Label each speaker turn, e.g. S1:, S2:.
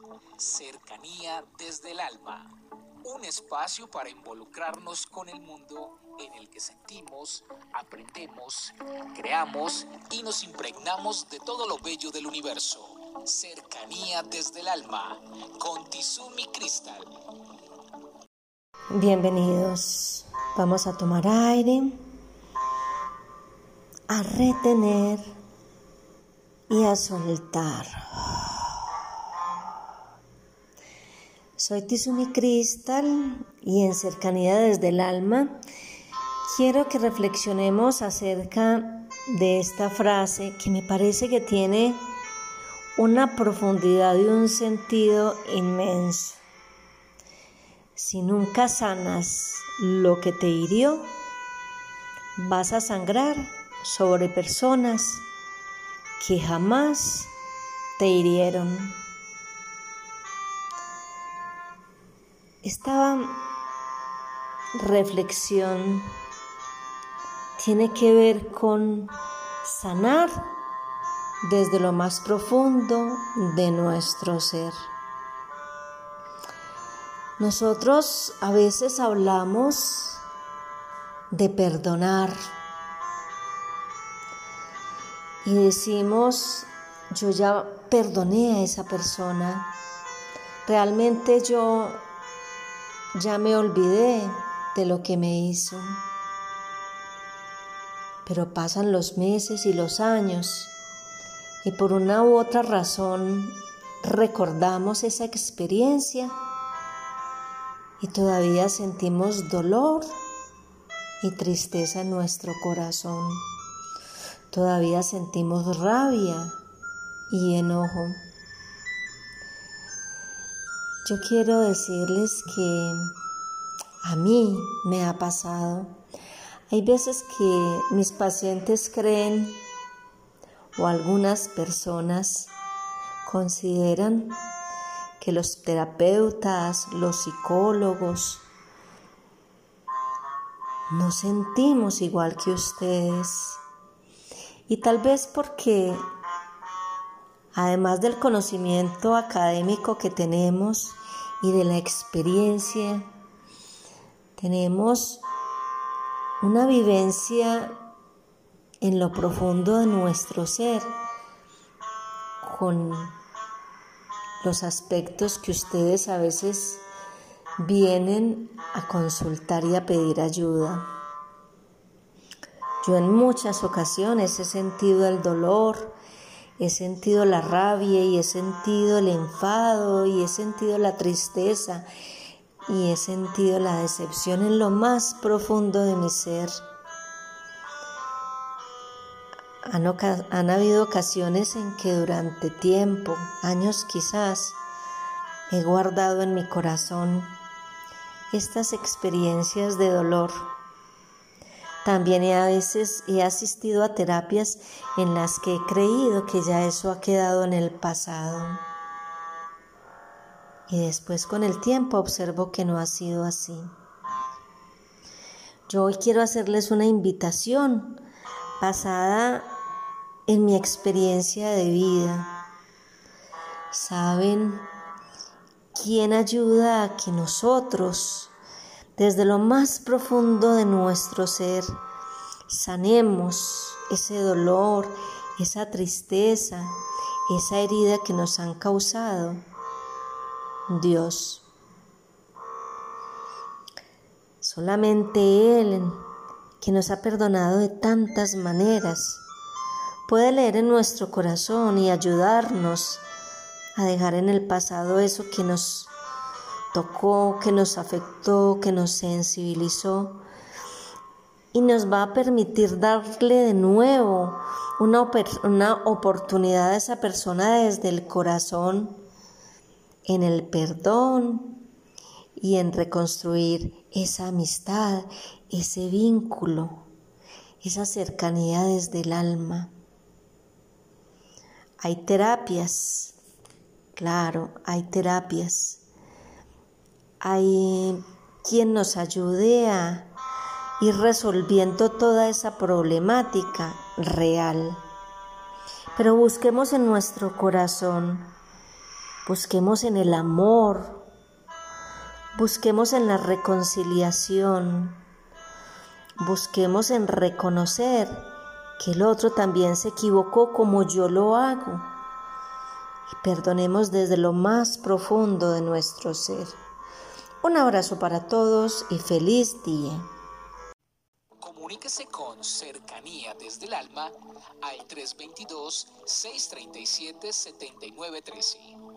S1: Cercanía desde el alma. Un espacio para involucrarnos con el mundo en el que sentimos, aprendemos, creamos y nos impregnamos de todo lo bello del universo. Cercanía desde el alma, con Tizumi Cristal.
S2: Bienvenidos. Vamos a tomar aire, a retener y a soltar. Soy Tizumi Cristal y en Cercanía desde el alma quiero que reflexionemos acerca de esta frase que me parece que tiene una profundidad y un sentido inmenso. Si nunca sanas lo que te hirió, vas a sangrar sobre personas que jamás te hirieron. Esta reflexión tiene que ver con sanar desde lo más profundo de nuestro ser. Nosotros a veces hablamos de perdonar y decimos, yo ya perdoné a esa persona, realmente yo ya me olvidé de lo que me hizo. Pero pasan los meses y los años y por una u otra razón recordamos esa experiencia y todavía sentimos dolor y tristeza en nuestro corazón. Todavía sentimos rabia y enojo. Yo quiero decirles que a mí me ha pasado. Hay veces que mis pacientes creen o algunas personas consideran que los terapeutas, los psicólogos, no sentimos igual que ustedes. Y tal vez porque además del conocimiento académico que tenemos y de la experiencia, tenemos una vivencia en lo profundo de nuestro ser con los aspectos que ustedes a veces vienen a consultar y a pedir ayuda. Yo en muchas ocasiones he sentido el dolor, he sentido la rabia y he sentido el enfado y he sentido la tristeza y he sentido la decepción en lo más profundo de mi ser. Han habido ocasiones en que durante tiempo, años quizás, he guardado en mi corazón estas experiencias de dolor. También a veces he asistido a terapias en las que he creído que ya eso ha quedado en el pasado. Y después con el tiempo observo que no ha sido así. Yo hoy quiero hacerles una invitación basada en mi experiencia de vida. ¿Saben quién ayuda a que nosotros, desde lo más profundo de nuestro ser, sanemos ese dolor, esa tristeza, esa herida que nos han causado? Dios. Solamente Él, que nos ha perdonado de tantas maneras, puede leer en nuestro corazón y ayudarnos a dejar en el pasado eso que nos tocó, que nos afectó, que nos sensibilizó, y nos va a permitir darle de nuevo una oportunidad a esa persona desde el corazón, en el perdón y en reconstruir esa amistad, ese vínculo, esa cercanía desde el alma. Hay terapias, claro, hay terapias. Hay quien nos ayude a ir resolviendo toda esa problemática real. Pero busquemos en nuestro corazón, Busquemos en el amor, busquemos en la reconciliación, busquemos en reconocer que el otro también se equivocó como yo lo hago y perdonemos desde lo más profundo de nuestro ser. Un abrazo para todos y feliz día.
S1: Comuníquese con Cercanía desde el Alma al 322-637-7913.